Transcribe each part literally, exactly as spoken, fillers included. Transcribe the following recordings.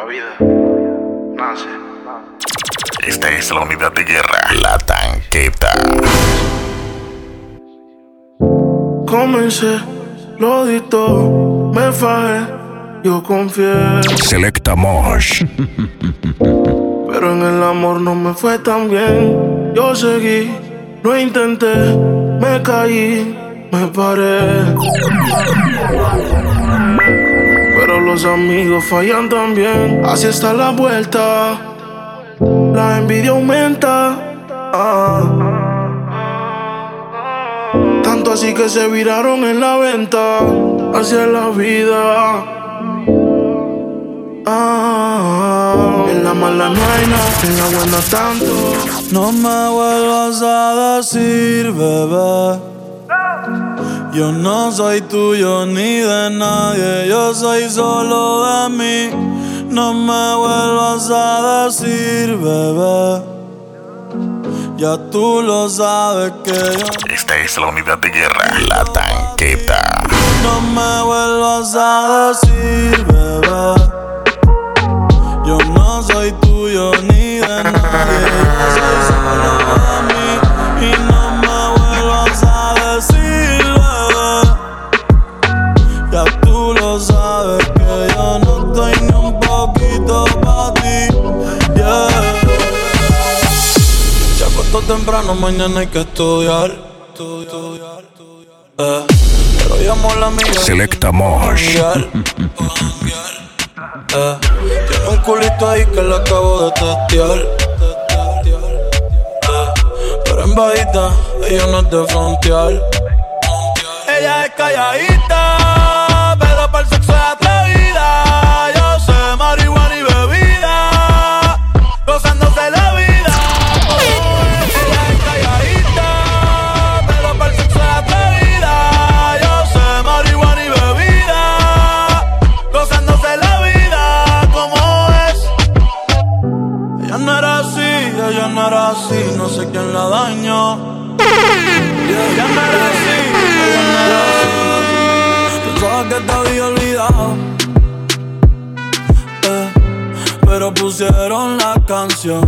vida nace. Esta es la unidad de guerra, la tanqueta. Comencé, lo di todo, me fajé, yo confié. Selecta Mosh. Pero en el amor no me fue tan bien. Yo seguí, lo intenté, me caí, me paré. Pero los amigos fallan también. Así está la vuelta. La envidia aumenta. Ah. Tanto así que se viraron en la venta. Así es la vida. Ah, en la mala no hay nada, en la buena tanto. No me vuelvas a decir, bebé, yo no soy tuyo ni de nadie, yo soy solo de mí. No me vuelvas a decir, bebé, ya tú lo sabes que yo. Esta es la unidad de guerra, la tanqueta. No me vuelvas a decir, bebé, yo no soy tuyo ni de nadie, yo soy solo de mí. Y no me vuelvas a decir, bebé, ya tú lo sabes que yo no estoy ni un poquito pa' ti, yeah. Se acostó temprano, mañana hay que estudiar, estudiar, eh. Pero llamo a la amiga. Selecta Mosh. Eh, tiene un culito ahí que le acabo de testear. Eh, pero en bajita, ella no es de frontear. Ella es calladita, pero para el sexo es atrevida. Yo sé marihuana y bebida, gozándose la vida. Oh, ella es calladita, pero para el sexo es atrevida. Yo sé marihuana y bebida, gozándose la vida. Ella no era así, no sé quién la dañó. Yeah, ella no era así, ella no era así. Pensaba que te había olvidado, eh, pero pusieron la canción,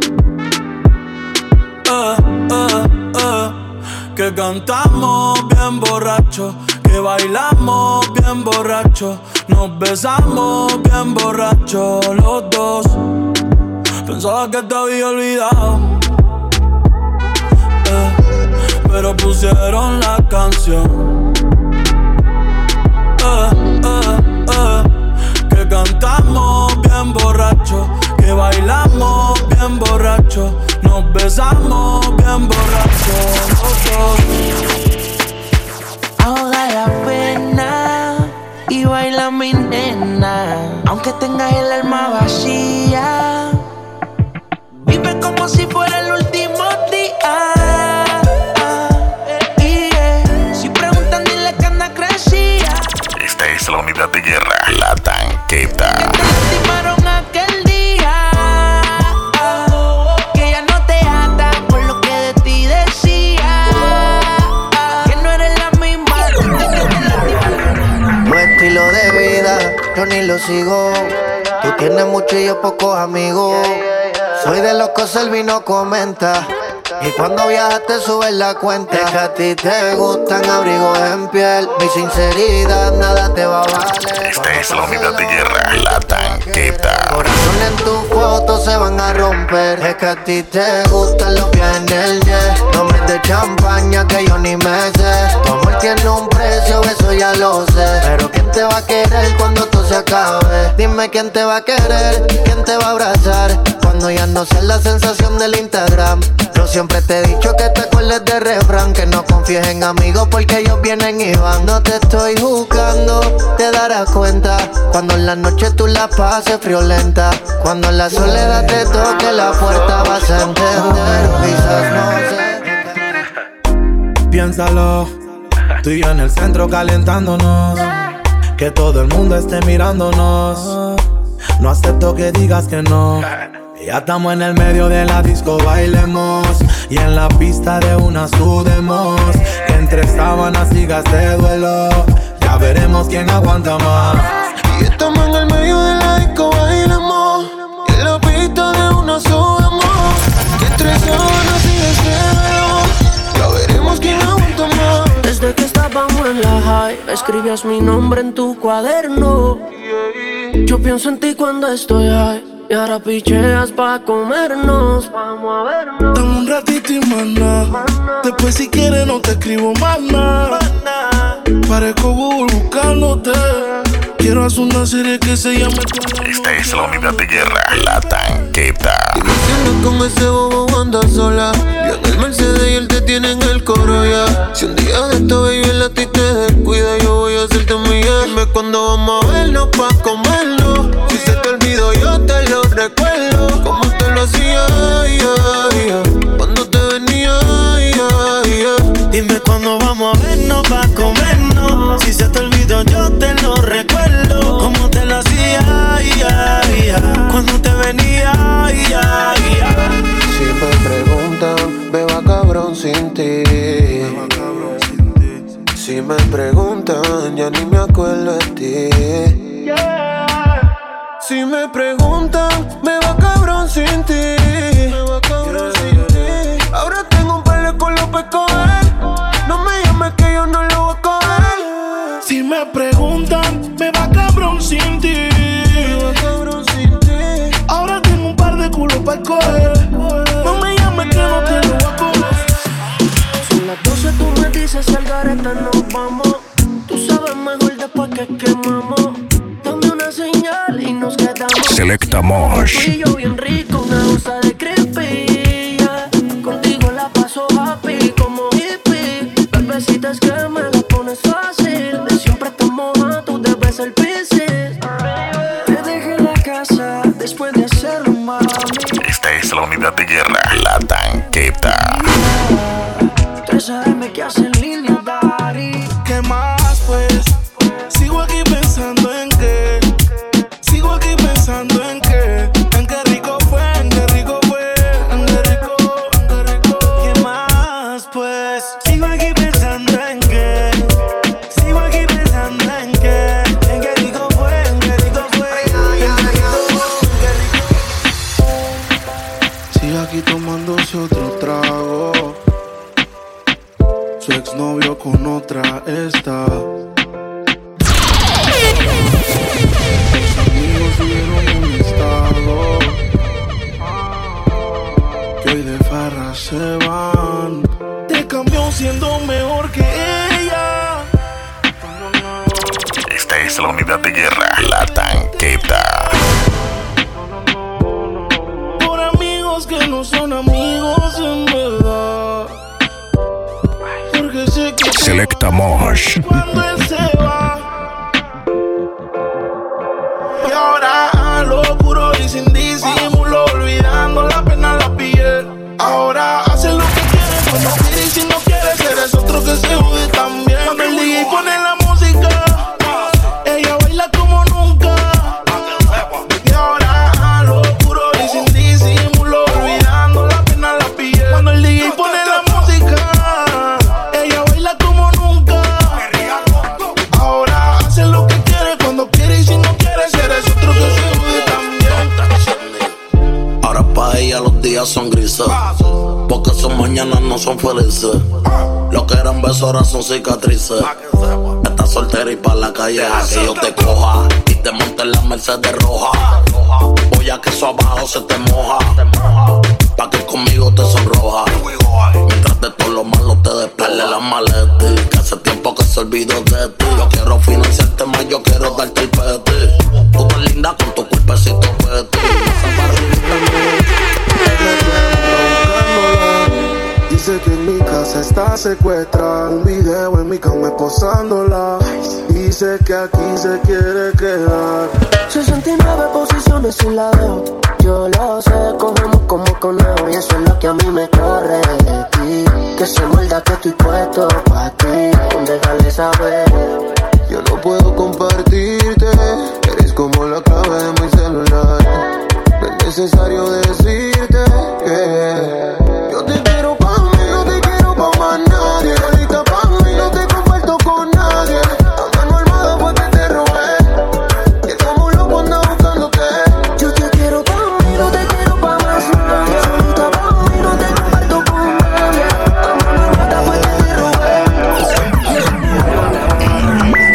eh, eh, eh, que cantamos bien borrachos, que bailamos bien borrachos, nos besamos bien borrachos los dos. Pensaba que te había olvidado, eh, pero pusieron la canción, eh, eh, eh, que cantamos bien borrachos, que bailamos bien borrachos, nos besamos bien borrachos los dos. Ahoga la pena y baila mi nena, aunque tengas el alma vacía. Vive como si fuera el último día. Yeah. Si preguntan, dile que anda crecida. Esta es la unidad de guerra, la tanqueta. Que te lastimaron aquel día, que ya no te ata por lo que de ti decía, que no eres la misma. Tu estilo de vida, yo ni lo sigo. Tú tienes mucho y yo pocos amigos. Soy de los que el vino comenta, y cuando viajas te subes la cuenta. Es que a ti te gustan abrigos en piel, mi sinceridad nada te va a valer. Esta es la unidad de guerra, la tanqueta. Corazón en tus fotos se van a romper. Es que a ti te gustan los pies en el jet, nombres de champaña que yo ni me sé. Tu amor tiene un precio, eso ya lo sé. Pero ¿quién te va a querer cuando todo se acabe? Dime quién te va a querer, quién te va a abrazar cuando ya no sé la sensación del Instagram. Yo siempre te he dicho que te acuerdes de refrán, que no confíes en amigos porque ellos vienen y van. No te estoy juzgando, te darás cuenta cuando en la noche tú la pases friolenta, cuando en la soledad te toque la puerta vas a entender, quizás no sé. Piénsalo, tú y yo en el centro calentándonos, que todo el mundo esté mirándonos. No acepto que digas que no. Ya estamos en el medio de la disco, bailemos, y en la pista de una sudemos. Entre sábanas sigas de duelo, ya veremos quién aguanta más. Y estamos en el medio de la disco, bailemos. escribías mi nombre en tu cuaderno. Yo pienso en ti cuando estoy high y ahora picheas pa' comernos. Vamos a vernos. Dame un ratito y más nada. Después si quieres no te escribo más nada. Parezco Google buscándote. Quiero hacer una serie que se llame. Esta es la unidad de guerra, La Tanqueta. Y me con ese bobo anda sola. Yo en el Mercedes y él te tiene en el coro ya. Si un día de esto baby el a ti te descuida, yo voy a hacerte mía. Dime cuándo vamos a vernos pa' comernos. Si se te olvidó yo te lo recuerdo. Como te lo hacía, yeah, yeah. Cuando te venía, yeah, yeah. Dime cuándo vamos a vernos pa' comernos. Si se te olvidó yo te lo recuerdo. Como te lo hacía, yeah, yeah. Cuando te venía, yeah, yeah. Si me preguntan, me va cabrón sin ti. Si me preguntan, ya ni me acuerdo de ti. Si me preguntan, me va cabrón sin ti. Me va cabrón sin ti. Ahora tengo un par de colos pa' escoger. No me llames que yo no lo voy a coger. Si me preguntan, me va cabrón sin ti. Me va cabrón sin ti. Ahora tengo un par de culos pa' escoger. No me llames que no te lo voy a coger. Son las doce, tú me dices si al gareta nos vamos. Tú sabes mejor después que quemamos. Dame una señal y nos quedamos. Selecta Mosh. Tú y yo bien rico, una onza de creepy, yeah. Contigo la paso happy como hippie. Bebecitas que me la pones fácil. De siempre estás moja, tú debes ser piscis. Te dejé en la casa después de hacerlo, mami. Esta es la unidad de guerra, La Tanqueta. tres A M que hacen línea, daddy. ¿Qué más pues? Sigo aquí pensando en qué. Sigo aquí pensando en qué. En qué rico fue, en qué rico fue. En qué rico, en qué rico. ¿Qué más pues? Sigo aquí pensando en qué. Sigo aquí pensando en qué. En qué rico fue, en qué rico fue. En qué rico, en qué rico. Sigo aquí tomándose otro trago. Su exnovio con otra está. Los amigos subieron un estado que hoy de farra se van. Te cambió siendo mejor que ella. Esta es la unidad de guerra, La Tanqueta. Por amigos que no son amigos en verdad. Porque sé que Selecta Mosh. cuando él se va. Y ahora a lo puro y sin disimulo, olvidando la pena la piel. Ahora hace lo que quiere cuando quiere y si no quiere ser es otro que se jode también. Cuando el D J pone la música, ella baila como nunca. Y ahora a lo puro y sin disimulo, olvidando la pena la piel. Cuando el D J pone la música, ella baila como nunca. Ahora hace lo que quiere cuando quiere y si no quiere ser es otro que se jode también. Ahora pa' ella los días son grises, porque sus mañanas no son felices. Lo que eran besos ahora son cicatrices. Estás soltera y pa' la calle a que yo te coja y te monte en la Mercedes roja. Voy a que eso abajo se te moja, pa' que conmigo te sonroja. Mientras de todo lo malo te despeles la maleta, que hace tiempo que se olvidó de ti. Yo quiero financiarte más, yo quiero darte el peti. Tú tan linda con tu cuerpecito peti. Dice que en mi casa está secuestrada. Un video en mi cama esposándola. Dice que aquí se quiere quedar. sesenta y nueve posiciones y la dejo. Yo lo sé, cogemos como conejo. Y eso es lo que a mí me corre de ti. Que se muerda que estoy puesto pa' ti. Déjale saber. Yo no puedo compartirte. Eres como la clave de mi celular. No es necesario decirte que yo te quiero pa' mí, no te quiero pa' más nadie. Solita pa' mí, no te comparto con nadie. A mano armada fue que te robé. Que como un loco anda buscándote. Yo te quiero pa' mí, no te quiero pa' más nadie. Solita pa' mí, no te comparto con nadie. A mano armada fue que te robé.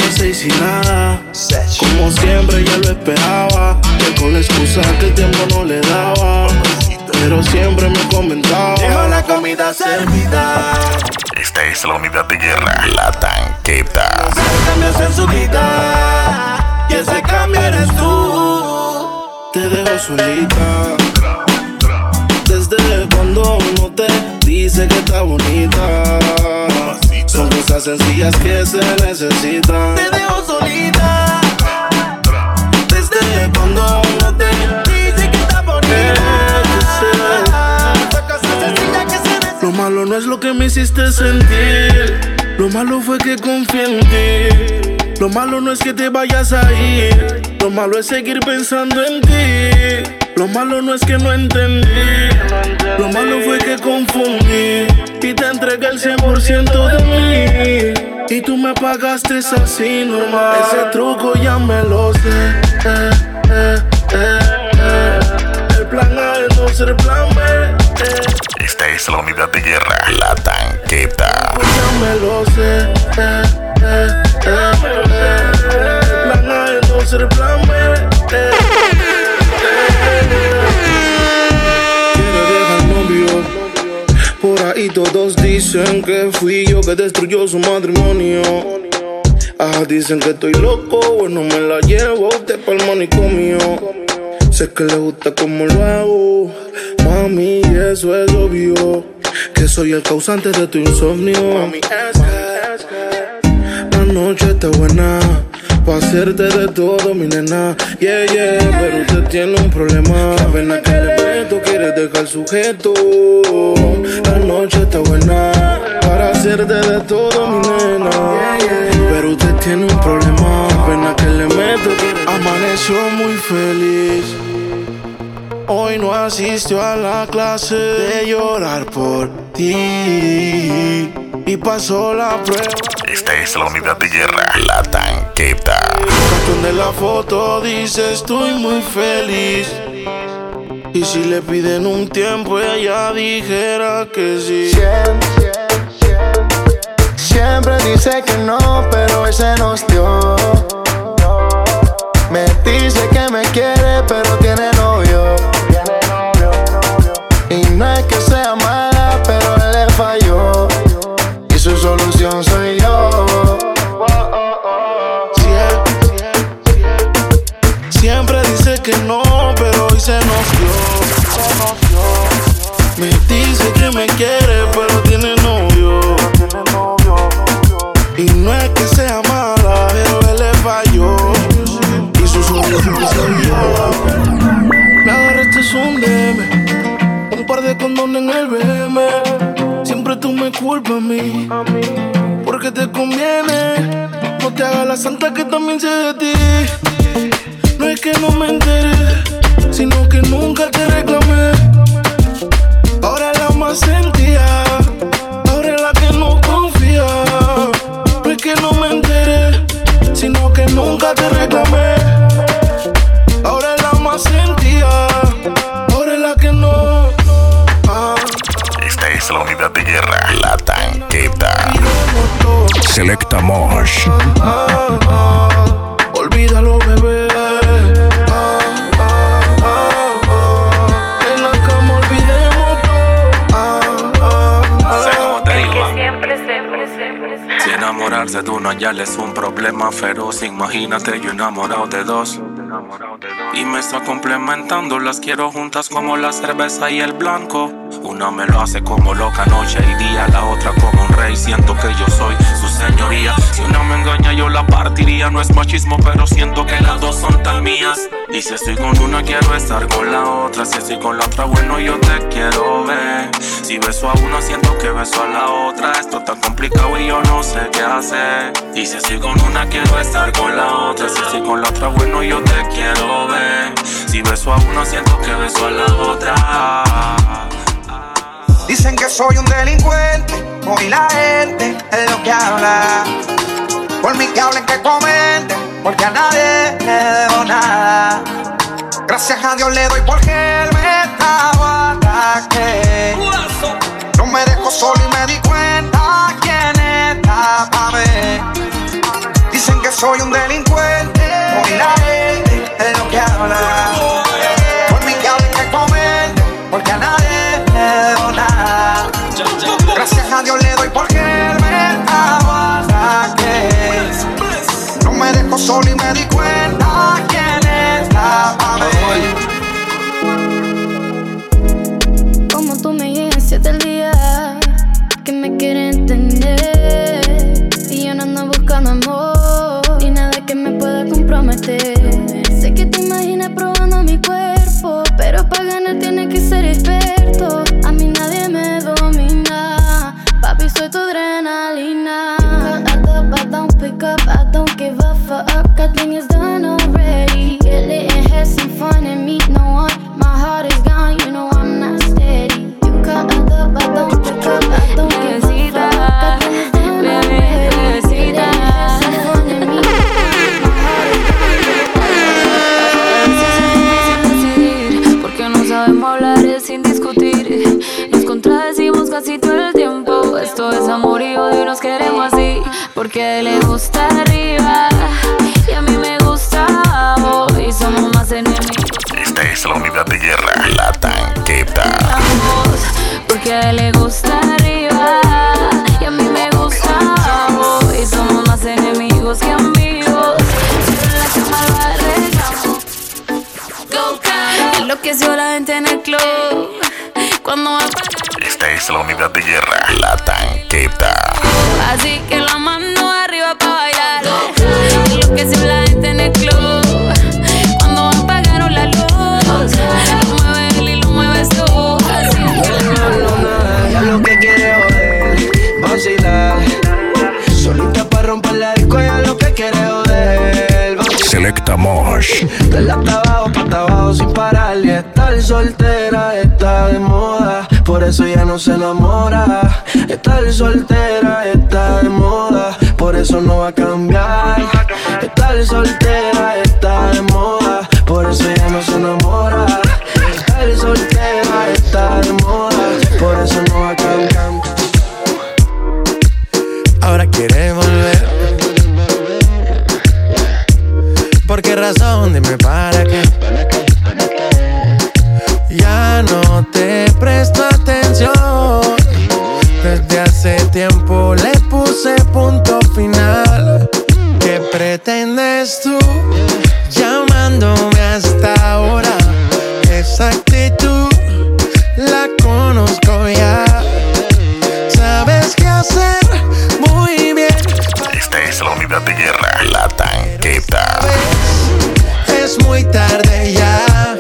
seis y nada. Como siempre ya lo esperaba, que con la excusa que el tiempo no le daba, pero siempre me comentaba: deja la comida servida. Esta es la unidad de guerra, la tanqueta. Cambios en su vida, y ese cambio eres tú. Te dejo solita. Desde cuando uno te dice que está bonita, son cosas sencillas que se necesitan. Te dejo solita. Desde cuando uno te dice que está bonita, son cosas sencillas que se necesitan. Lo malo no es lo que me hiciste sentir, lo malo fue que confié en ti. Lo malo no es que te vayas a ir, lo malo es seguir pensando en ti. Lo malo no es que no entendí, lo malo fue que confundí y te entregué el cien por ciento de mí, y tú me pagaste así normal. Ese truco ya me lo sé, eh, eh, eh, eh. El plan A es no ser plan B, eh. Esta es la unidad de guerra, la tanqueta. Ya me lo sé, eh, eh, eh, eh. El plan A es no ser plan B, eh. Por ahí todos dicen que fui yo que destruyó su matrimonio. Ah, dicen que estoy loco, bueno me la llevo a usted pa'l manicomio. Sé que le gusta como lo hago, mami, y eso es obvio, que soy el causante de tu insomnio. Mami, es que la noche está buena pa' hacerte de todo, mi nena, yeah, yeah. Pero usted tiene un problema, la pena que le meto quiere dejar sujeto. La noche está buena para hacerte de todo, mi nena, yeah, yeah. Pero usted tiene un problema, la pena que le meto quiere. Amaneció muy feliz, hoy no asistió a la clase de llorar por ti y pasó la prueba. Esta es la unidad de guerra, la tanqueta. Donde la foto dice estoy muy feliz, y si le piden un tiempo ella dijera que sí. Siempre, siempre dice que no, pero hoy se nos dio. Me dice que me quiere, pero tiene novio. Y no es que sea mala, pero él le falló, y su solución soy yo. Siempre dice que no, pero hoy se nos dio. Me dice que me quiere, pero tiene novio. Y no es que sea mala, pero él le falló, y su solución soy yo. Me agarraste es un D M, un par de condones en el B M. Siempre tú me culpas a mí, porque te conviene. No te hagas la santa que también sé de ti. No es que no me enteré, sino que nunca te reclamé. Ahora es la más sentía, ahora es la que no confía. No es que no me enteré, sino que nunca te reclamé. Ahora es la más sentía, ahora es la que no. Ah. Esta es la unidad de guerra, la tanqueta. Selecta Mosh. Ah, ah, olvídalo, bebé. Ah, ah, ah, ah. En la cama olvidemos todo. Ah, ah, ah. Sé cómo te digo, ¿va? Siempre, siempre, siempre, siempre. Si enamorarse de uno ya le es un problema feroz, imagínate yo enamorado de dos. Y me está complementando, las quiero juntas como la cerveza y el blanco. Una me lo hace como loca noche y día, la otra como un rey, siento que yo soy su señoría. Si una me engaña yo la partiría, no es machismo pero siento que las dos son tan mías. Y si estoy con una quiero estar con la otra, si estoy con la otra bueno yo te quiero ver. Si beso a una siento que beso a la otra, esto tan complicado y yo no sé qué hacer. Y si estoy con una quiero estar con la otra, si estoy con la otra bueno yo te quiero ver. Si beso a una siento que beso a la otra. Dicen que soy un delincuente, hoy la gente es lo que habla. Por mí que hablen, que comenten, porque a nadie le debo nada. Gracias a Dios le doy porque él me estaba ataque. No me dejó solo y me di cuenta quién está pa' ver. Dicen que soy un delincuente, hoy la gente es lo que habla. Por mí que hablen, que comenten, porque a nadie le debo nada. Gracias a Dios le doy porque él me aguanta, que no me dejó solo y me di cuenta quién estaba bien. Como tú me llegaste hasta el día que me quiere entender, y yo no ando buscando amor ni nada que me pueda comprometer. Sé que te imaginas probando mi cuerpo, pero para ganar tienes que ser experto. A mí nadie me domina, papi, soy tu adrenalina. I love, I don't pick up, I don't give a fuck. I think it's done already. Get lit and have some fun and meet no one. My heart is gone, you know I'm not steady. You cut I love, I don't pick up, I don't give a fuck. I think it's done already. Get lit and have some fun and meet no one. Porque no sabemos hablar sin discutir. Nos contradecimos casi todo el tiempo. Esto es amor y odio y nos queremos así. Porque a él le gusta arriba y a mí me gusta abajo, y somos más enemigos. Esta es la unidad de guerra, la tanqueta. Porque a él le gusta arriba y a mí me gusta abajo, y somos más enemigos que amigos. Pero la cama lo arreglamos. Enloqueció la gente en el club cuando apagan. Esta es la unidad de guerra, la tanqueta. Así que la mano arriba pa' bailar. Enloqueció la gente en el club cuando apagaron la luz. Lo mueve él y lo mueves tú. Así que ya lo que quiere joder, vacilar. Solita pa' romper la disco, ya lo que quiere joder. Selecta Mosh. De la hasta abajo, pa' abajo sin parar. Y estar soltera está de moda, por eso ya no se enamora. Estar soltera está de moda, por eso no va a cambiar. Estar soltera está de moda, por eso ya no se enamora. Estar soltera está de moda, por eso no va a cambiar. Ahora quiere volver. ¿Por qué razón? Dime para qué. Ya no te presto atención. Desde hace tiempo le puse punto final. ¿Qué pretendes tú llamándome hasta ahora? Esa actitud la conozco ya. Sabes qué hacer muy bien. Esta es la unidad de guerra, la tanqueta. Es muy tarde ya.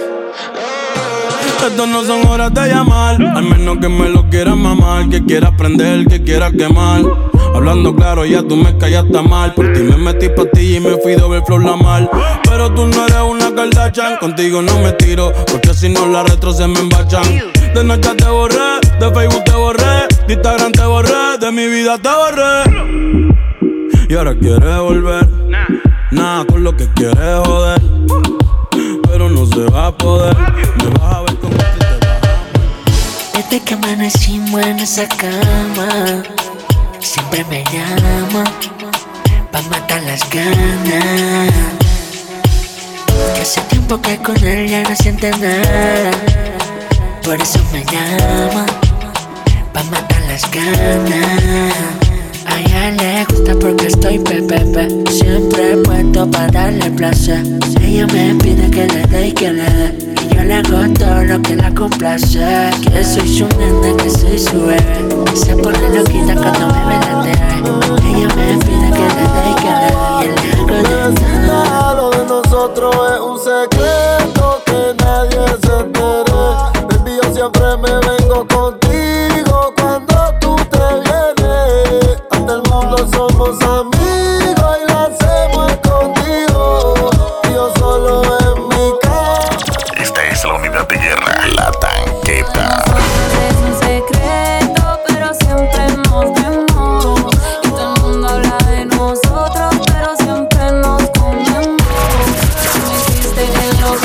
Estas no son horas de llamar, al menos que me lo quieras mamar. Que quieras prender, que quieras quemar. Hablando claro, ya tú me callaste mal. Por ti me metí pastilla y me fui de overflow la mal. Pero tú no eres una Kardashian, contigo no me tiro, porque si no la retro se me embachan. De noche te borré, de Facebook te borré, de Instagram te borré, de mi vida te borré. Y ahora quieres volver, nada con lo que quieres joder, pero no se va a poder. Me vas a ver como si te vas. Desde que amanecimos en esa cama, siempre me llama pa' matar las ganas. Que hace tiempo que con él ya no siente nada, por eso me llama pa' matar las ganas. A ella le gusta porque estoy pepepe, siempre puesto para darle placer. Ella me pide que le dé y que le dé, y yo le hago todo lo que la complace. Que soy su nena, que soy su bebé, y se pone loquita cuando me ve la T V. Ella me pide que le dé y que le dé, y le hago de nada. Lo de nosotros es un secreto que nadie se entere. Baby, yo siempre me vengo contigo cuando tú te vienes. Ante el mundo somos amigos y lo hacemos escondido, y yo solo en mi casa. Esta es la unidad de guerra, la tanqueta. es un secreto, pero siempre nos vemos. Y todo el mundo habla de nosotros, pero siempre nos comemos. Me hiciste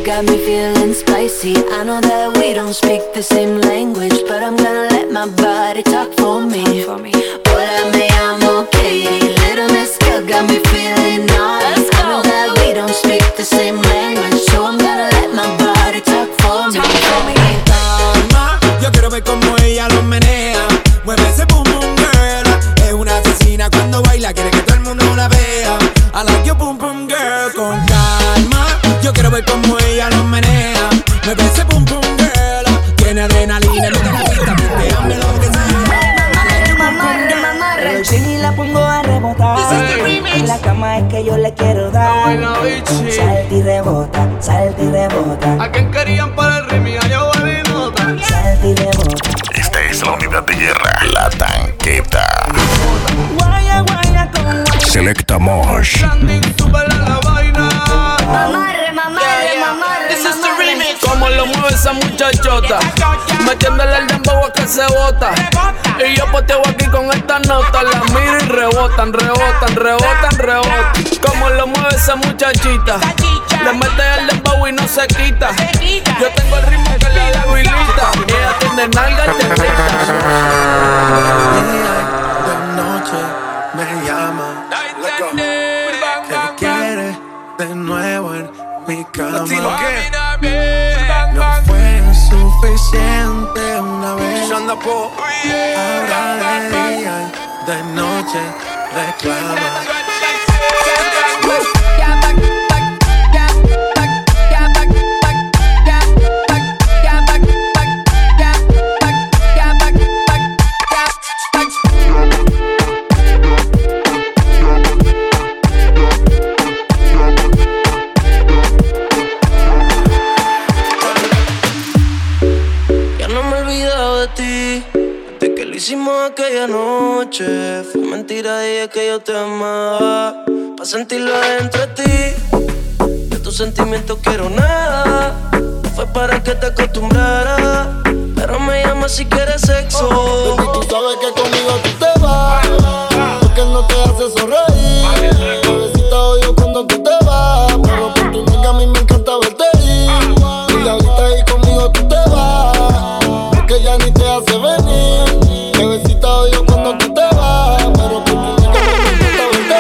got me feeling spicy. I know that we don't speak the same language, but I'm gonna let my body talk for me. Hola, me llamo Katie. Little Miss Girl got me feeling naughty. I know that we don't speak the same language, so I'm gonna let my body talk for me. Calma, yo quiero ver cómo ella lo menea. Mueve ese boom boom girl. Es una asesina cuando baila, quiere que todo el mundo la vea. I like your boom boom girl. Con calma, yo quiero ver cómo ella lo menea. Mueve ese boom boom girl. Tiene adrenalina, no te la pista, porque hambre lo que sea. El chini la pongo a rebotar. En la cama es que yo le quiero dar. Salta y rebota, salta y rebota. ¿A quién querían para el ritmo? A yo voy nota. Salta y rebota. Esta es la unidad de guerra, la tanqueta. Guaya, guaya con guaya. Selecta Mosh. Mamarre, mamarre, mamarre. This is the remix. Como lo mueve esa muchachota, metiéndole el dembow a que se bota. Y yo poteo aquí con esta nota. La miro y rebotan, rebotan, rebotan, rebotan. Como lo mueve esa muchachita, le mete el dembow y no se quita. Yo tengo el ritmo que la debilita. Y ella tiene nalgas de De noche me llama, que quiere de nuevo en mi cama. No fue suficiente una vez. Ahora de día y de noche reclama. Hicimos aquella noche, fue mentira, dije que yo te amaba. Pa' sentirlo dentro de ti, de tus sentimientos quiero nada. Fue para que te acostumbrara, pero me llamas si quieres sexo. Baby, tú sabes que conmigo tú te vas, porque él no te hace sonreír. Bebecita odio cuando tú te vas, pero por tu nalga a mí me encanta verte ir. Y ahorita ahí conmigo tú te vas, porque ya ni te hace venir. Bebecita odio cuando tú te vas, pero por tu nalga a mí me encanta verte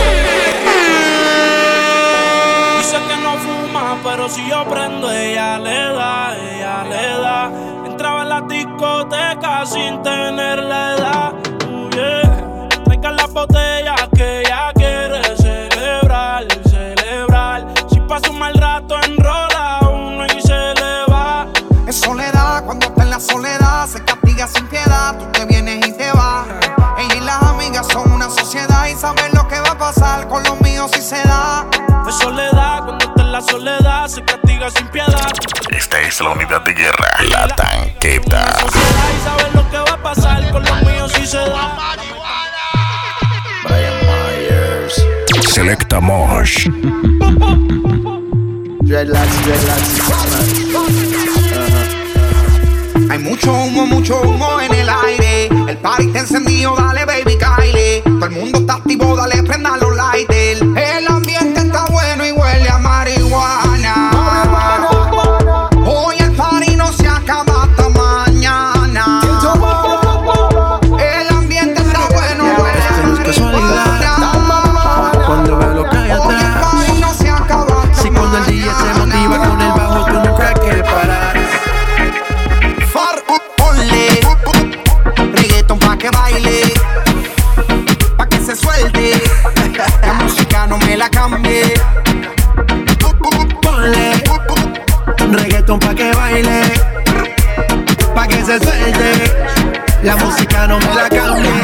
ir. Dice que no fuma, pero si yo prendo ella le da, ella le da. Entraba en la discoteca sin tener la edad. Uh, yeah. Traigan las botellas que ella quiere celebrar, celebrar. Si pasa un mal rato enrola uno y se le va. Es soledad, cuando está en la soledad se castiga sin piedad. Tú te vienes y te vas. Ella y las amigas son una sociedad y saben lo que va a pasar con los míos si se da. Es soledad, cuando está en la soledad se castiga sin piedad. Esta es la unidad de guerra, la tanqueta. Una sociedad y saben lo que va a pasar con los míos si se da. Brian Myers. Selecta Mosh. Dreadlocks, dreadlocks. Uh-huh. Hay mucho humo, mucho humo en el aire. El party está encendido, dale baby, Kylie. Todo el mundo está activo, dale prenda los lighters. El ambiente está bueno y huele a marihuana. Hoy el party no se acaba hasta mañana. El ambiente está bueno, huele a marihuana. Cuando veo lo que hay atrás, si cuando el D J se motiva con el bajo, tú nunca quieres parar. Far, ponle reggaeton pa' que baile, pa' que se suelte. La música no me la cambie. Ponle reggaeton pa' que baile, pa' que se suelte. La música no me la cambie.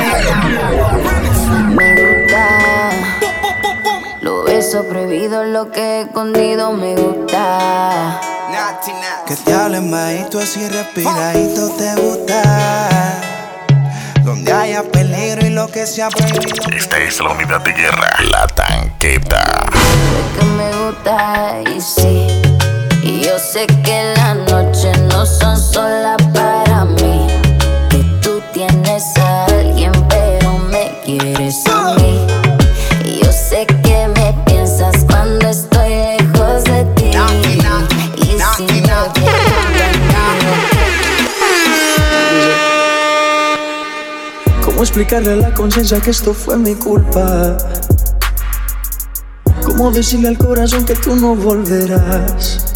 Me gusta lo beso prohibido, lo que he escondido me gusta. Que te hablen bajito así respiradito te gusta. Donde haya peligro y lo que sea prohibido. Esta es la unidad de guerra, la tanqueta. Sé que me gusta y sí. Y yo sé que las noches no son solas para mí. Que tú tienes a alguien pero me quieres a mí. Y yo sé que me piensas cuando estoy lejos de ti. explicarle a la conciencia que esto fue mi culpa? ¿Cómo decirle al corazón que tú no volverás?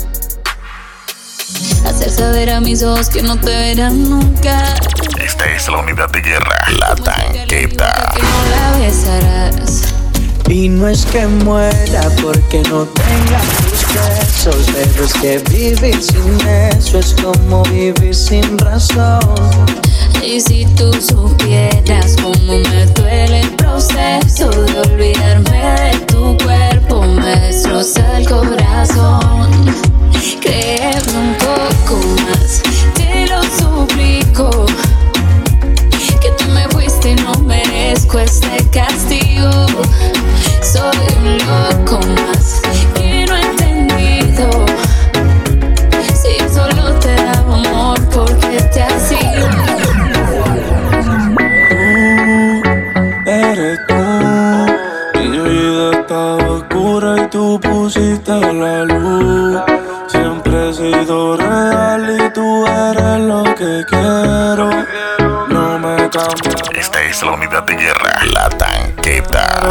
Hacer saber a mis ojos que no te verán nunca. Esta es la unidad de guerra, la tanqueta. Que no la besarás. Y no es que muera porque no tenga tus besos, pero es que vivir sin eso es como vivir sin razón. Y si tú supieras cómo me duele el proceso de olvidarme de tu cuerpo, me destroza el corazón. Créeme un poco más, te lo suplico, que tú me fuiste y no merezco este castigo. Soy un loco más que no he entendido si solo te daba amor porque te has ido. Tú eres tú, mi vida estaba oscura y tú pusiste la luz. Siempre he sido real y tú eres lo que quiero. No me cambies. Esta es la unidad de guerra, la tanqueta.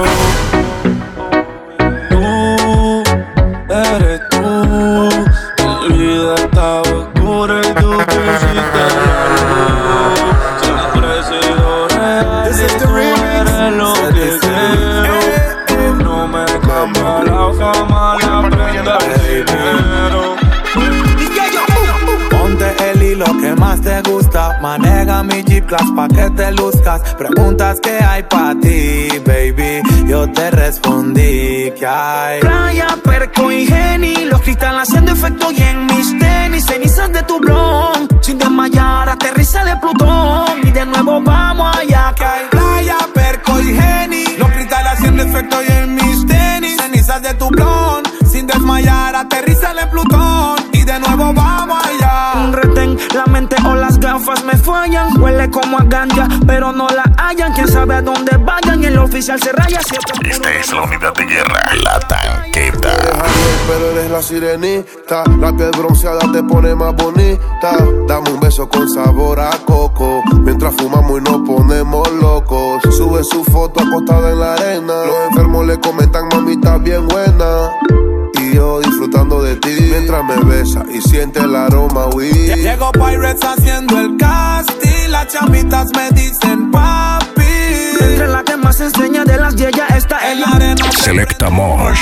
Tú eres tú, mi vida estaba oscura y tú pusiste la luz. Siempre he sido real y tú eres lo que quiero. No me cambia la fama, la prenda el dinero. Ponte el hilo que más te gusta, maneja mi Jeep Class pa' que te luzcas. Preguntas que hay pa' ti, baby, yo te respondí que hay. Playa, Perco y Geni, los cristales haciendo efecto y en mis tenis, cenizas de tu blon, sin desmayar, aterriza de Plutón y de nuevo vamos allá que hay. Playa, Perco y Geni, los cristales haciendo efecto y en mis tenis, cenizas de tu blon, sin desmayar, aterriza en Plutón y de nuevo vamos allá. Un retén, la mente o las gafas me fallan, huele como a ganja, pero no la hallan, quién sabe a dónde vayan y el oficial se raya. Esta es la unidad de guerra, la tanqueta. Eres Ariel, pero eres la sirenita, la piel bronceada te pone más bonita. Dame un beso con sabor a coco, mientras fumamos y nos ponemos locos. Sube su foto acostada en la arena, los enfermos le comentan mami estás bien buena. Y yo disfrutando de ti mientras me besa y siente el aroma weed. Llego Pirates haciendo el casting, las chamitas me dicen papi. Entre la que más enseña de las yeyas está en la arena. Selecta Mosh.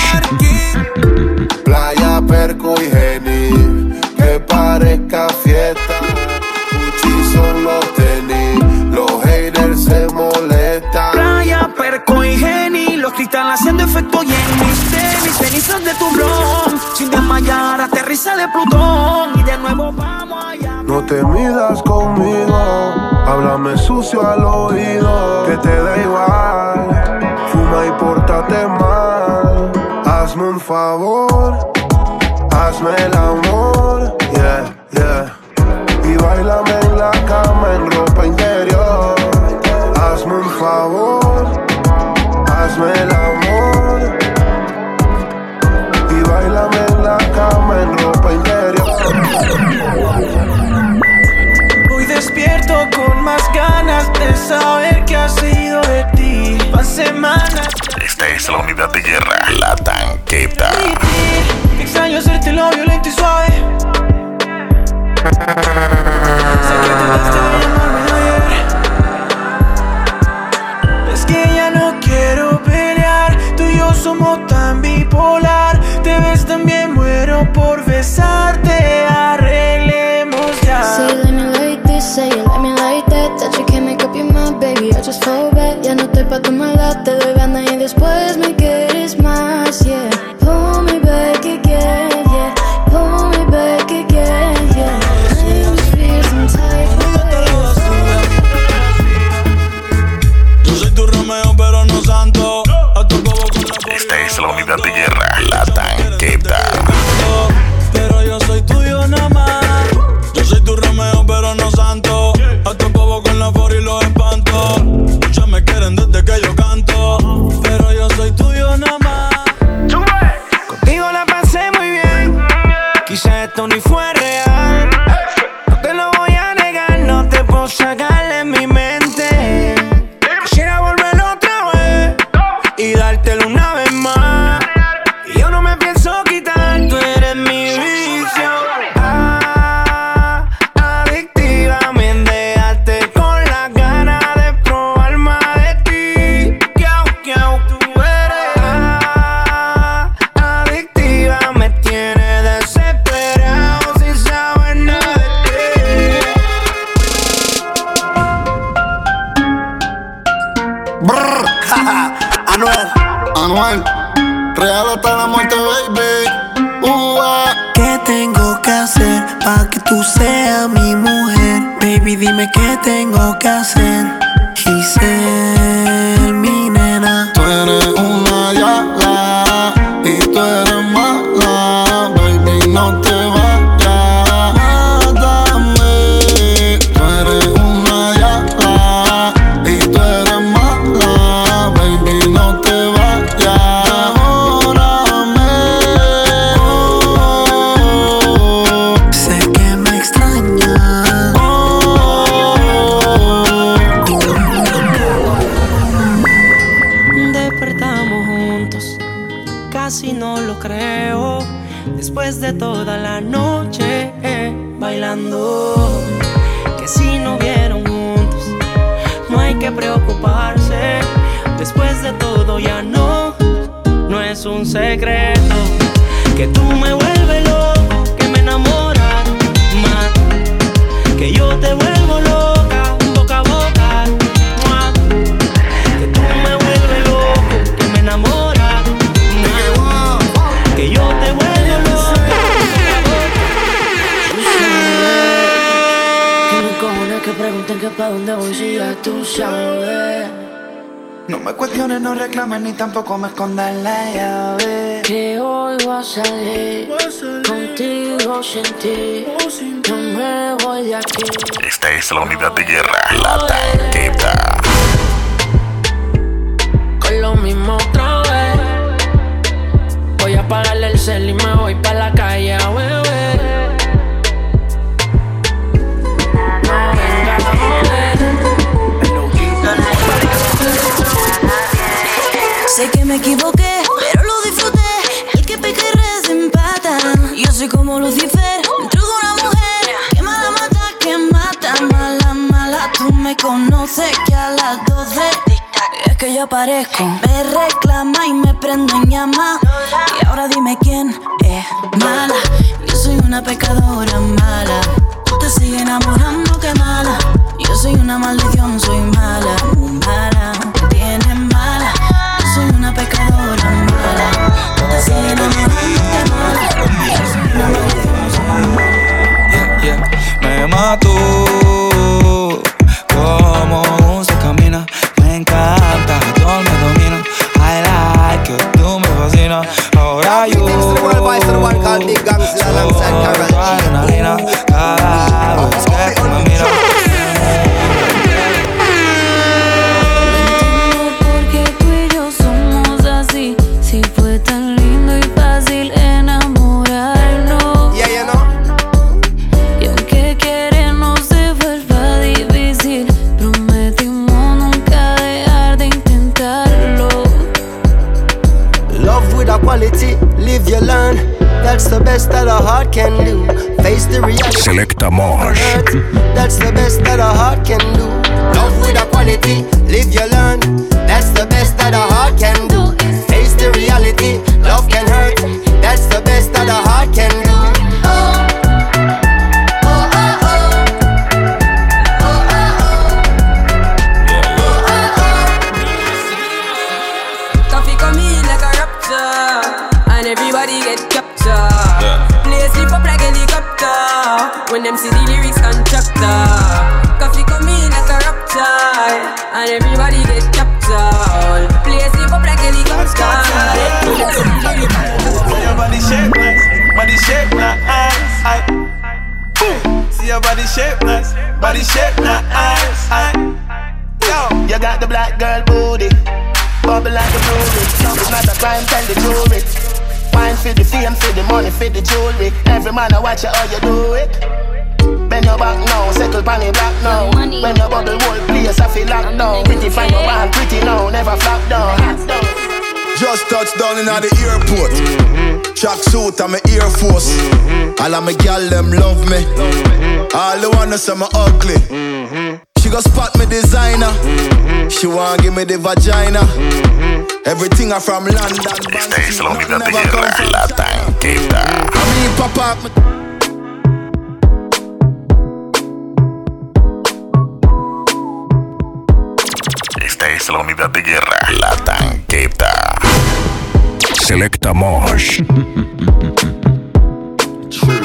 Playa, Perco y Geni, que parezca fiesta. Gucci son los tenis, los haters se molestan. Playa, Perco y Geni, los cristales haciendo efecto y en mis tenis, cenizas de tu blon, sin desmayar, aterriza de Plutón y de nuevo vamos allá. No te midas conmigo, háblame sucio al oído, que te da igual, fuma y pórtate mal. Hazme un favor, hazme el amor, yeah, yeah. Y bailame en la cama en ropa interior. Hazme un favor, hazme el amor. Y bailame en la cama en ropa interior. Hoy despierto con más ganas de saber qué ha sido de ti. Van semanas. Esta es la unidad de guerra, la tanqueta. Qué extraño hacerte lo violento y suave. Sé que trataste de llamarme ayer. Es que ya no quiero pelear. Tú y yo somos tan bipolar. Te ves tan bien, muero por besarte. Arreglemos ya. Say let me like this, say you let me like that. That you can't make up your mind, baby, I just fall back. Ya no estoy pa' tu maldad, te doy gana y después me quieres más, yeah. Pull me back again, yeah. Pull me back again, yeah. I'm just feeling tight. Yo soy tu Romeo, pero no santo. Esta es la unidad de guerra, la tanqueta. Pero yo soy tuyo nada más. Yo soy tu Romeo, pero no santo. A tu bobo con la for y los espanto. Ya me quieren desde que yo canto. Pero yo soy tuyo nada más. Contigo la pasé muy bien. Quizá esto ni fue real. No te lo voy a negar, no te puedo sacar de mi mente. tengo que hacer pa' que tú seas mi mujer. Baby, dime qué tengo que hacer y ser mi nena. Tú eres una diabla y tú eres mala, baby, no te vayas, mátame. Tú eres una diabla y tú eres mala, baby, no te vayas, órame. Oh, sé que me extrañas. Despertamos juntos, casi no lo creo. Después de toda la noche eh, bailando, que si no vieron juntos, no hay que preocuparse. Después de todo ya no, no es un secreto. Que tú me vuelves loco, que me enamoras más, que yo te vuelvo loca, boca a boca. Mua. Que tú me vuelves loco, que me enamoras más, que yo te vuelvo loca, boca a boca. Que no cojones que pregunten que pa' dónde voy si ya tú sabes. No me cuestiones, no reclames ni tampoco me escondas la llave. Que hoy voy a salir contigo sin ti. No me voy de aquí. Esta es la unidad de guerra, La Tanqueta. Con lo mismo otra vez. Voy a apagarle el cel y me voy pa' la calle a beber. No venga a joder. Sé que me equivoqué, pero lo disfruté. El que peca y desempata. Yo soy como Lucifer, dentro de una mujer que mala mata, que mata, mala, mala. Tú me conoces que a las doce es que yo aparezco. Me reclama y me prendo en llama. Y ahora dime quién es mala. Yo soy una pecadora mala. Tú te sigues enamorando, que mala. Yo soy una maldición, soy mala, mala. Me tienes mala. Soy una pecadora mala. Tú te sigues enamorando, que mala. Yo soy una maldición, soy mala. Yeah, yeah. Me mató como se camina. Me encanta, todo me domina. I like you, tú me fascinas. Ahora yo soy adrenalina. Cada vez que tú me miras. Live you learn, that's the best that a heart can do. Face the reality. Selecta Mosh. That's the best that a heart can do. Love with a quality, live you learn. That's the best that a heart can do. Face the reality, love can hurt. That's the best that a heart can do. Everybody get captured. Yeah. Play slip up like helicopter. When them see the lyrics constructor. Coffee come in like a rapture. And everybody get captured. Play slip up like helicopter. See your body shape nice, body shape nice. See your body shape nice, body shape nice. Yo, you got the black girl booty, bubble like a booty. It's not a crime, tell the jury. Fine for the fame, for the money, for the jewelry. Every man I watch you how you do it. Bend your back now, settle pan it black now. When your bubble whole place I feel locked down. Pretty fine, my band pretty now, never flop down. Just touched down in at the airport. Mm-hmm. Track suit and my Air Force. Mm-hmm. All of my gal them love me. Mm-hmm. All the wanna say me ugly. Mm-hmm. She go spot me designer. Mm-hmm. She want give me the vagina. Mm-hmm. Everything I from London. Esta es la unidad de guerra, La Tanqueta. I mean, papa. Esta es la unidad de guerra, La Tanqueta. Selecta Mosh. True.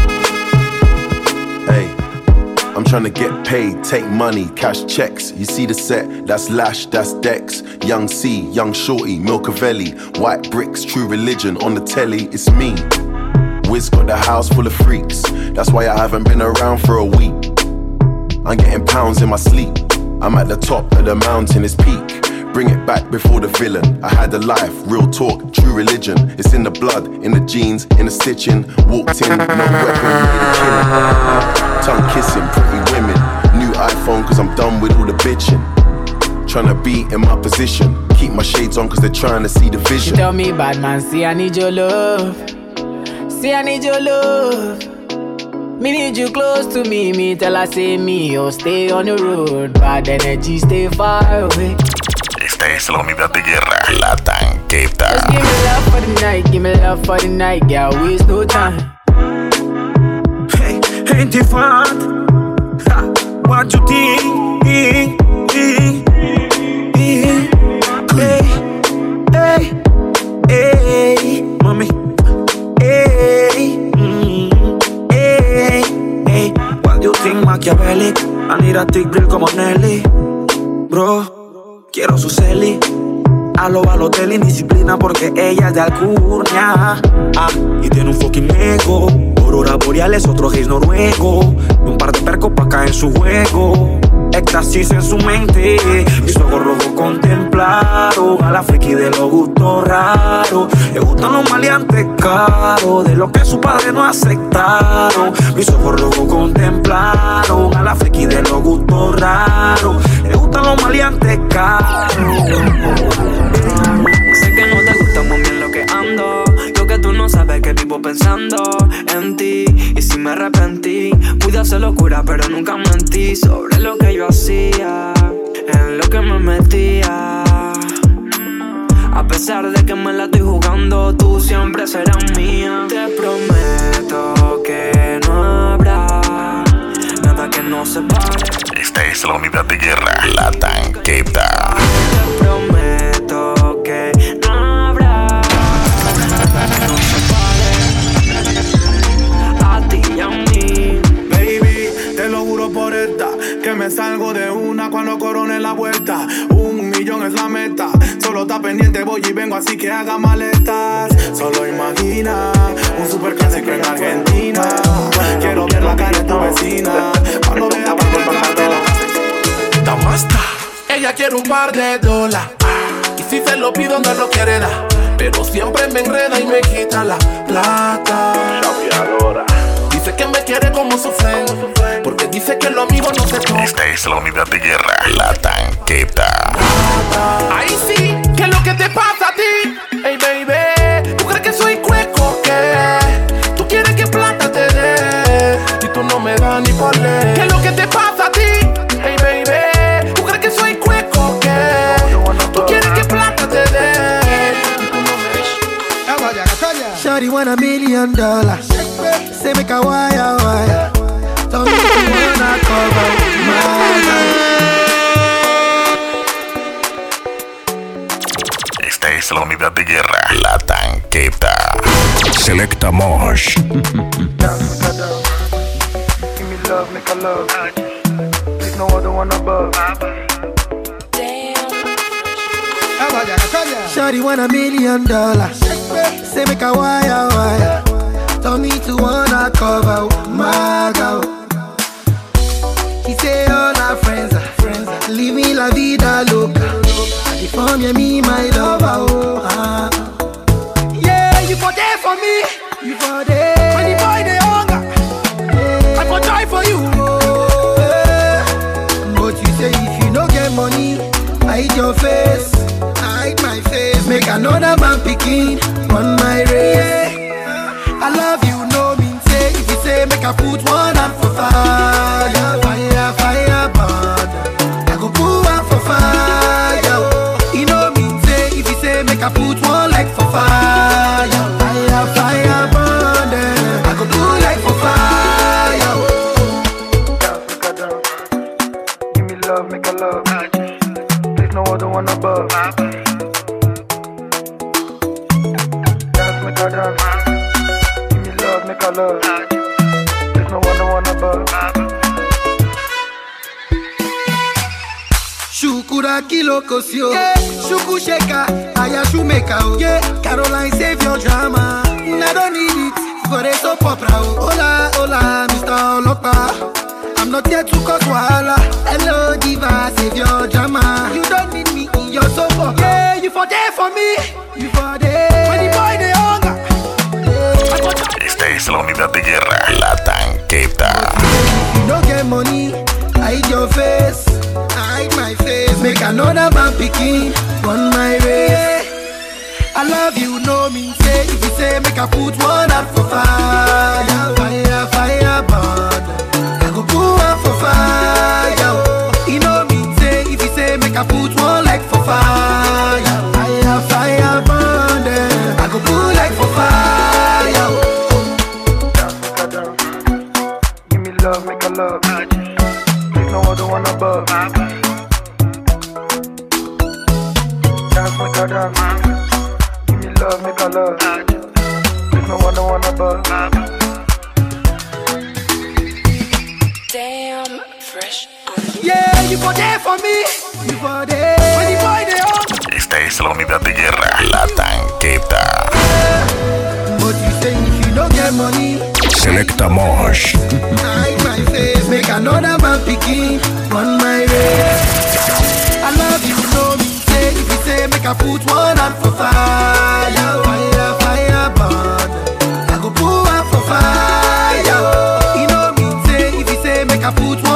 Hey, I'm trying to get paid, take money, cash checks. You see the set, that's Lash, that's Dex. Young C, Young Shorty, Milcavelli. White bricks, True Religion, on the telly, it's me. Wiz got the house full of freaks. That's why I haven't been around for a week. I'm getting pounds in my sleep. I'm at the top of the mountain, it's peak. Bring it back before the villain. I had a life, real talk, true religion. It's in the blood, in the jeans, in the stitching. Walked in, no weapon, made a killing. Tongue kissing, pretty women. New iPhone cause I'm done with all the bitching. Tryna be in my position. Keep my shades on cause they're trying to see the vision. She tell me, bad man, see I need your love. See I need your love. Me need you close to me. Me tell her say me, oh stay on the road. Bad energy, stay far away. Esta es la unidad de guerra, La Tanqueta. Just give me love for the night, give me love for the night, girl, waste no time. Hey, ain't it fun? Ha, what you think? Hey, hey, hey, mommy. Hey, mm, hey, hey. What do you think, Machiavelli? I need a thick grill como Nelly, bro. Quiero su celi, a lo Balotelli, disciplina porque ella es de Alcurnia. Ah, y tiene un fucking ego. Aurora boreales, otro gays noruego. Un par de percos pa' caer en su juego. Éxtasis en su mente. Mis ojos rojos contemplaron a la friki de los gustos raros. Le gustan los maleantes caros, de lo que su padre no aceptaron. Mis ojos rojos contemplaron a la friki de los gustos raros. Le gustan los maleantes caros. Sé que no te gusta muy bien lo que ando. Lo que tú no sabes que vivo pensando en ti. Y si me arrepentí, pude hacer locura pero nunca mentí sobre lo que yo hacía, en lo que me metía. A pesar de que me la estoy jugando, tú siempre serás mía. Te prometo que no habrá nada que nos separe. Esta es la unidad de guerra, La Tanqueta. Te prometo que no habrá nada que nos separe. A ti y a mí. Baby, te lo juro por esta, que me salgo de una cuando corone la vuelta. Un millón es la meta, solo está pendiente, voy y vengo, así que haga maletas. Solo imagina un super clásico en Argentina. Quiero ver la cara de tu vecina cuando vea que detrás de la Damasta. Ella quiere un par de dólares y si se lo pido no lo quiere dar, pero siempre me enreda y me quita la plata. Dice que me quiere como su friend, porque dice que lo mío no se toca. Esta es la unidad de guerra, La Tanqueta. Ahí sí, ¿qué es lo que te pasa a ti? Hey baby, ¿tú crees que soy cueco qué? Tú quieres que plata te dé y tú no me das ni por ley. ¿Qué es lo que te pasa a ti? Hey baby, ¿tú crees que soy cueco qué? Tú quieres que plata te dé y tú no me das. Shawty want a million dollars. Say make a wire wire. Tell me if you wanna cover my life. Esta es la unidad de guerra, La Tanqueta. Selecta Mosh. Give me love, make a love. There's no other one above. Shawty want a million dollars. Say make a wire wire. Tell me to wanna cover my girl. He say all our friends are friends. Leave me la vida loca. And for me, me my lover. Oh, ah. Yeah, you for there for me. You for there. When the boy they hunger, yeah. I for die for you. Oh, yeah. But you say if you no get money, hide your face. Hide my face. Make another man picking on my race. I love you, no mean say. If you say make I put one up for fire, fire, fire, burn. I go put one for fire. You know mean say. If you say make I put one like for fire, fire, fire, burn. I go put like for fire. Give me love, make a love. There's no other one above. Dance, make a dance. Give me love, make a love. no one, no one above. Shukura kilo kosio, yeah. Shuku sheka, aya shumeka, oh. Yeah. Caroline save your drama, I don't need it, for a soap opera, oh. Hola, hola, Mister Olopa, I'm not here to cause wahala. Hello diva, save your drama, you don't need me in your soap opera. Yeah, you for there for me, you for there, when the boy they hunger. Esta es la unidad de guerra, La Tanqueta. You don't get money, hide your face, hide my face. Make another man picking on my way. I love you, no mean say. If you say make I put one out for fire, fire, fire, burn. I go put one for fire. You know mean say. If you say make I put one like for fire, fire, fire, burn. I go put like for fire. Give me love, make a love. There's no other one above. Dance, make a dance. Give me love, make a love. There's no one, no one above. Damn, fresh. Yeah, you for there for me. You for there. When the boy they on. Esta es la unidad de guerra, La Tanqueta. But you say if you don't get money, Selecta Mosh. hide my face, make another man picking on my way. I love you, know me say. If you say make I put one out for fire, fire, fire, burn. I go put one for fire. You know me say. If you say make I put one